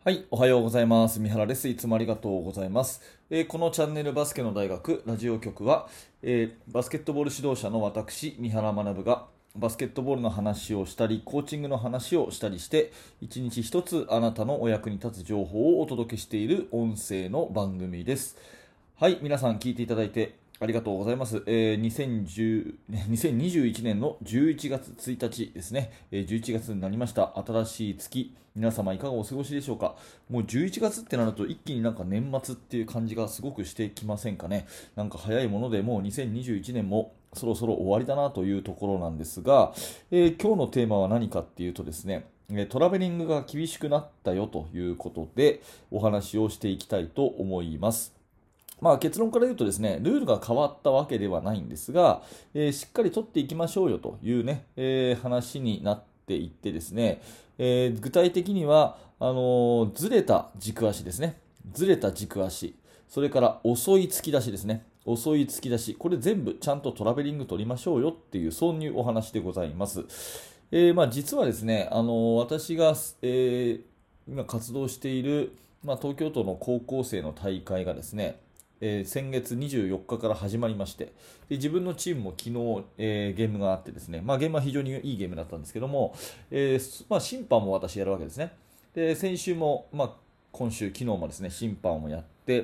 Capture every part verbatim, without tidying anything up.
はい、おはようございます。三原です。いつもありがとうございます。えーこのチャンネルバスケの大学ラジオ局は、えーバスケットボール指導者の私、三原学がバスケットボールの話をしたり、コーチングの話をしたりして、一日一つあなたのお役に立つ情報をお届けしている音声の番組です。はい、皆さん聞いていただいてありがとうございます。えー、にせんじゅうにせんにじゅういちねんのじゅういちがつついたちですね、えーじゅういちがつになりました。新しい月、皆様いかがお過ごしでしょうか。もうじゅういちがつってなると一気になんか年末っていう感じがすごくしてきませんかね。なんか早いものでもうにせんにじゅういちねんもそろそろ終わりだなというところなんですが、えー今日のテーマは何かっていうとですね、えートラベリングが厳しくなったよということでお話をしていきたいと思います。まあ、結論から言うとですね、ルールが変わったわけではないんですが、えーしっかり取っていきましょうよというね、えー話になっていってですね、えー具体的には、あのーずれた軸足ですね。ずれた軸足。それから遅い突き出しですね。遅い突き出し。これ全部ちゃんとトラベリング取りましょうよっていう、そういうお話でございます。えーまあ、実はですね、あのー私が、えー今活動している、まあ、東京都の高校生の大会がですね、えー先月にじゅうよっかかから始まりまして、で自分のチームも昨日、えーゲームがあってですね、まあ、ゲームは非常にいいゲームだったんですけども、えーまあ、審判も私やるわけですね。で先週も、まあ、今週、昨日もですね、審判をやって、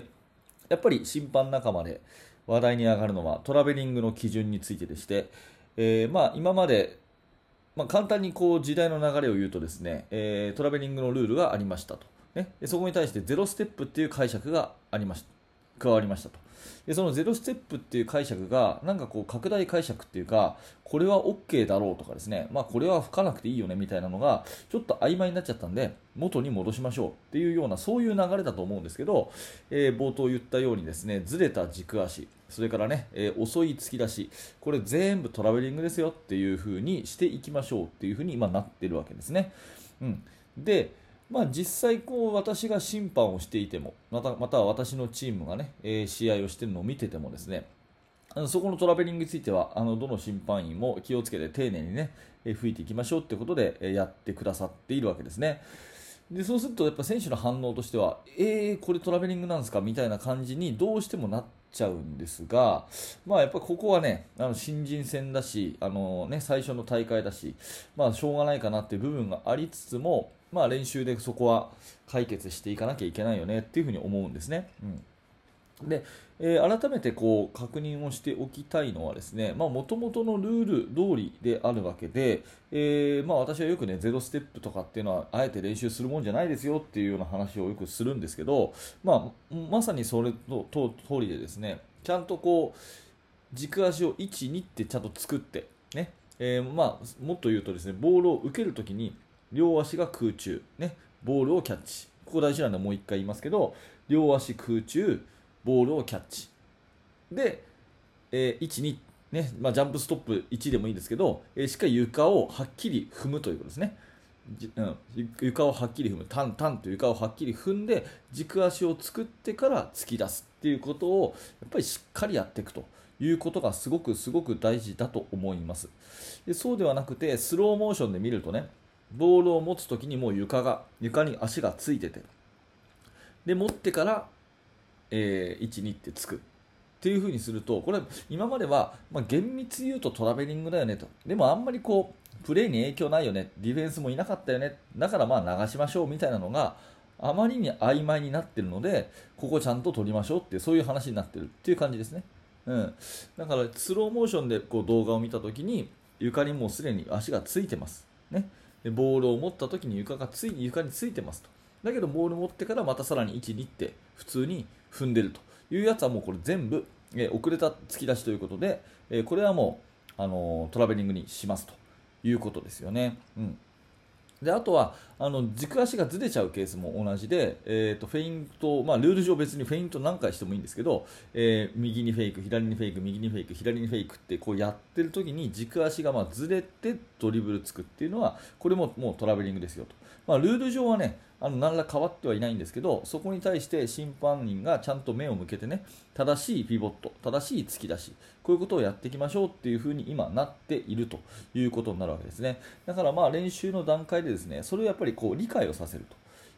やっぱり審判仲間で話題に上がるのはトラベリングの基準についてでして、えーまあ、今までまあ、簡単にこう時代の流れを言うとですね、えートラベリングのルールがありましたと、ね、でそこに対してゼロステップっていう解釈がありました加わりましたと。でそのゼロステップっていう解釈がなんかこう拡大解釈っていうか、これは OK だろうとかですね、まあ、これは吹かなくていいよねみたいなのがちょっと曖昧になっちゃったんで元に戻しましょうっていうようなそういう流れだと思うんですけど、えー冒頭言ったようにですね、ずれた軸足、それからね、えー遅い突き出し、これ全部トラベリングですよっていう風にしていきましょうっていう風に今なってるわけですね。うん、で、まあ、実際こう私が審判をしていても、またまたは私のチームがね、えー試合をしているのを見ててもですね、あのそこのトラベリングについてはあのどの審判員も気をつけて丁寧にね、えー吹いていきましょうってことで、えーやってくださっているわけですね。でそうするとやっぱ選手の反応としては、えー、これトラベリングなんですかみたいな感じにどうしてもなっちゃうんですが、まあ、やっぱここはね、あの新人戦だし、あのね、最初の大会だし、まあ、しょうがないかなっていう部分がありつつも、まあ、練習でそこは解決していかなきゃいけないよねっていうふうに思うんですね。うんで、えー改めてこう確認をしておきたいのはですね、もともとのルール通りであるわけで、えーまあ、私はよくね、ゼロステップとかっていうのは、あえて練習するもんじゃないですよっていうような話をよくするんですけど、まあ、まさにそれとと通りでですね、ちゃんとこう、軸足をいち、にってちゃんと作って、ね、えーまあ、もっと言うとですね、ボールを受けるときに、両足が空中、ね、ボールをキャッチ。ここ大事なのでもう一回言いますけど、両足空中、ボールをキャッチ。で、えーいち、に、ねまあ、ジャンプストップいちでもいいですけど、えーしっかり床をはっきり踏むということですね。じうん、床をはっきり踏む、タンタンと床をはっきり踏んで、軸足を作ってから突き出すっていうことを、やっぱりしっかりやっていくということがすごくすごく大事だと思います。でそうではなくて、スローモーションで見るとね、ボールを持つときにもう床が、床に足がついてて、で、持ってから、えーいち、にってつく。っていう風にすると、これ今までは、まあ、厳密に言うとトラベリングだよねと。でもあんまりこう、プレーに影響ないよね。ディフェンスもいなかったよね。だからまあ流しましょうみたいなのがあまりに曖昧になってるので、ここちゃんと取りましょうっていう、そういう話になってるっていう感じですね。うん。だからスローモーションでこう動画を見たときに、床にもうすでに足がついてます。ね。でボールを持ったときに床がつい床についてますと。だけどボールを持ってからまたさらにいち、にって普通に踏んでるというやつはもうこれ全部、えー遅れた突き出しということで、えーこれはもう、あのートラベリングにしますということですよね。うんであとはあの軸足がずれちゃうケースも同じで、えー、とフェイント、まあ、ルール上別にフェイント何回してもいいんですけど、えー右にフェイク、左にフェイク、右にフェイク、左にフェイクってこうやってる時に軸足がまあずれてドリブルつくっていうのはこれももうトラベリングですよと、まあ、ルール上はねあの何ら変わってはいないんですけど、そこに対して審判員がちゃんと目を向けてね、正しいピボット、正しい突き出し、こういうことをやっていきましょうっていう風に今なっているということになるわけですね。だからまあ練習の段階でですね、それをやっぱりこう理解をさせると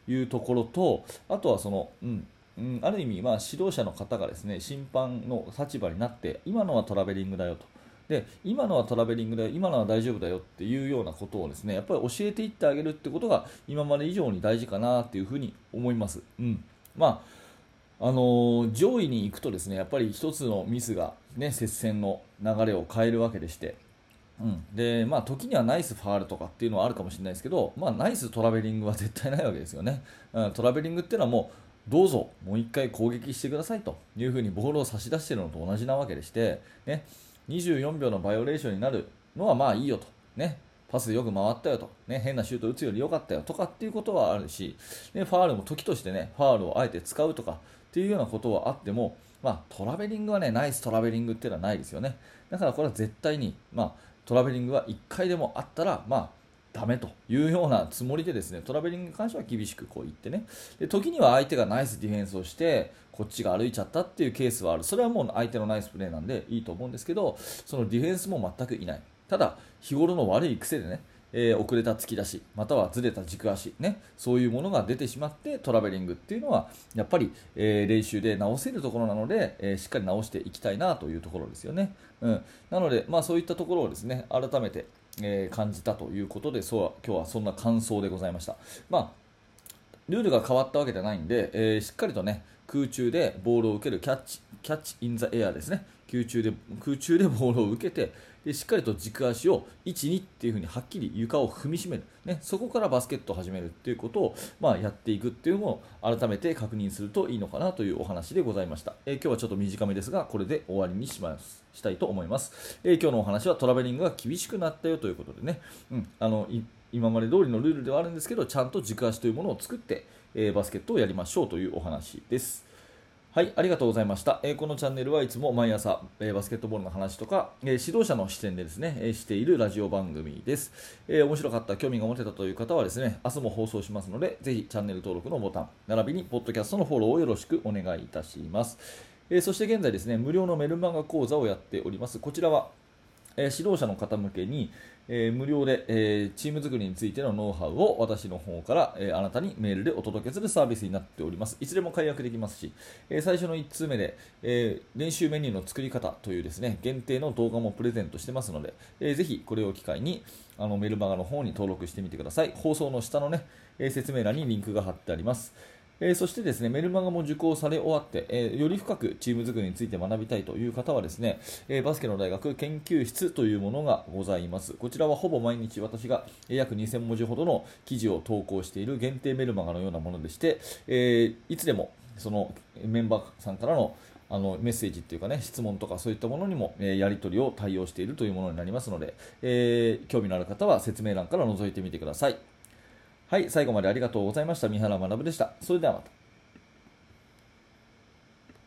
いうところと、あとはその、うんうん、ある意味、まあ、指導者の方がですね審判の立場になって、今のはトラベリングだよと、で今のはトラベリングだよ、今のは大丈夫だよっていうようなことをですねやっぱり教えていってあげるってことが今まで以上に大事かなっていうふうに思います。うん、まああのー上位に行くとですねやっぱり一つのミスが、ね、接戦の流れを変えるわけでして、うん、でまあ時にはナイスファールとかっていうのはあるかもしれないですけど、まあ、ナイストラベリングは絶対ないわけですよね。うん、トラベリングっていうのはもうどうぞもう一回攻撃してくださいというふうにボールを差し出しているのと同じなわけでして、ね、にじゅうよんびょうのバイオレーションになるのはまあいいよと、ね、パスよく回ったよと、ね、変なシュート打つより良かったよとかっていうことはあるし、ね、ファールも時としてねファールをあえて使うとかっていうようなことはあっても、まあ、トラベリングはねナイストラベリングっていうのはないですよね。だからこれは絶対に、まあ、トラベリングはいっかいでもあったら、まあ、ダメというようなつもりでですねトラベリングに関しては厳しくこう言ってね、で時には相手がナイスディフェンスをしてこっちが歩いちゃったっていうケースはある。それはもう相手のナイスプレーなんでいいと思うんですけど、そのディフェンスも全くいない。ただ日頃の悪い癖でね、えー遅れた突き出しまたはずれた軸足、ね、そういうものが出てしまってトラベリングっていうのはやっぱり、えー練習で直せるところなので、えーしっかり直していきたいなというところですよね。うん、なので、まあ、そういったところをですね改めて、えー感じたということで、そう今日はそんな感想でございました。まあルールが変わったわけじゃないんで、えーしっかりとね空中でボールを受けるキャッチキャッチインザエアですね。空中で空中でボールを受けて、でしっかりと軸足をいち、にっていう風にはっきり床を踏みしめる、ね、そこからバスケットを始めるっていうことを、まあ、やっていくっていうのを改めて確認するといいのかなというお話でございました。えー今日はちょっと短めですがこれで終わりにしますしたいと思います。えー今日のお話はトラベリングが厳しくなったよということでね、うん、あのい今まで通りのルールではあるんですけど、ちゃんと軸足というものを作って、えーバスケットをやりましょうというお話です。はい、ありがとうございました。えーこのチャンネルはいつも毎朝、えーバスケットボールの話とか、えー指導者の視点でですね、えーしているラジオ番組です。えー面白かった、興味が持てたという方はですね、明日も放送しますので、ぜひチャンネル登録のボタン、並びにポッドキャストのフォローをよろしくお願いいたします。えーそして現在ですね、無料のメルマガ講座をやっております。こちらはえー指導者の方向けに、えー無料で、えーチーム作りについてのノウハウを私の方から、えーあなたにメールでお届けするサービスになっております。いつでも解約できますし、えー最初のいっ通目で、えー練習メニューの作り方というですね限定の動画もプレゼントしてますので、えーぜひこれを機会にあのメルマガの方に登録してみてください。放送の下の、ね、えー説明欄にリンクが貼ってあります。えーそしてですねメルマガも受講され終わって、えーより深くチーム作りについて学びたいという方はですね、えーバスケの大学研究室というものがございます。こちらはほぼ毎日私がえー約にせんもじほどの記事を投稿している限定メルマガのようなものでして、えーいつでもそのメンバーさんからのあのメッセージっていうかね質問とかそういったものにも、えーやり取りを対応しているというものになりますので、えー興味のある方は説明欄から覗いてみてください。はい、最後までありがとうございました。三原学でした。それではまた。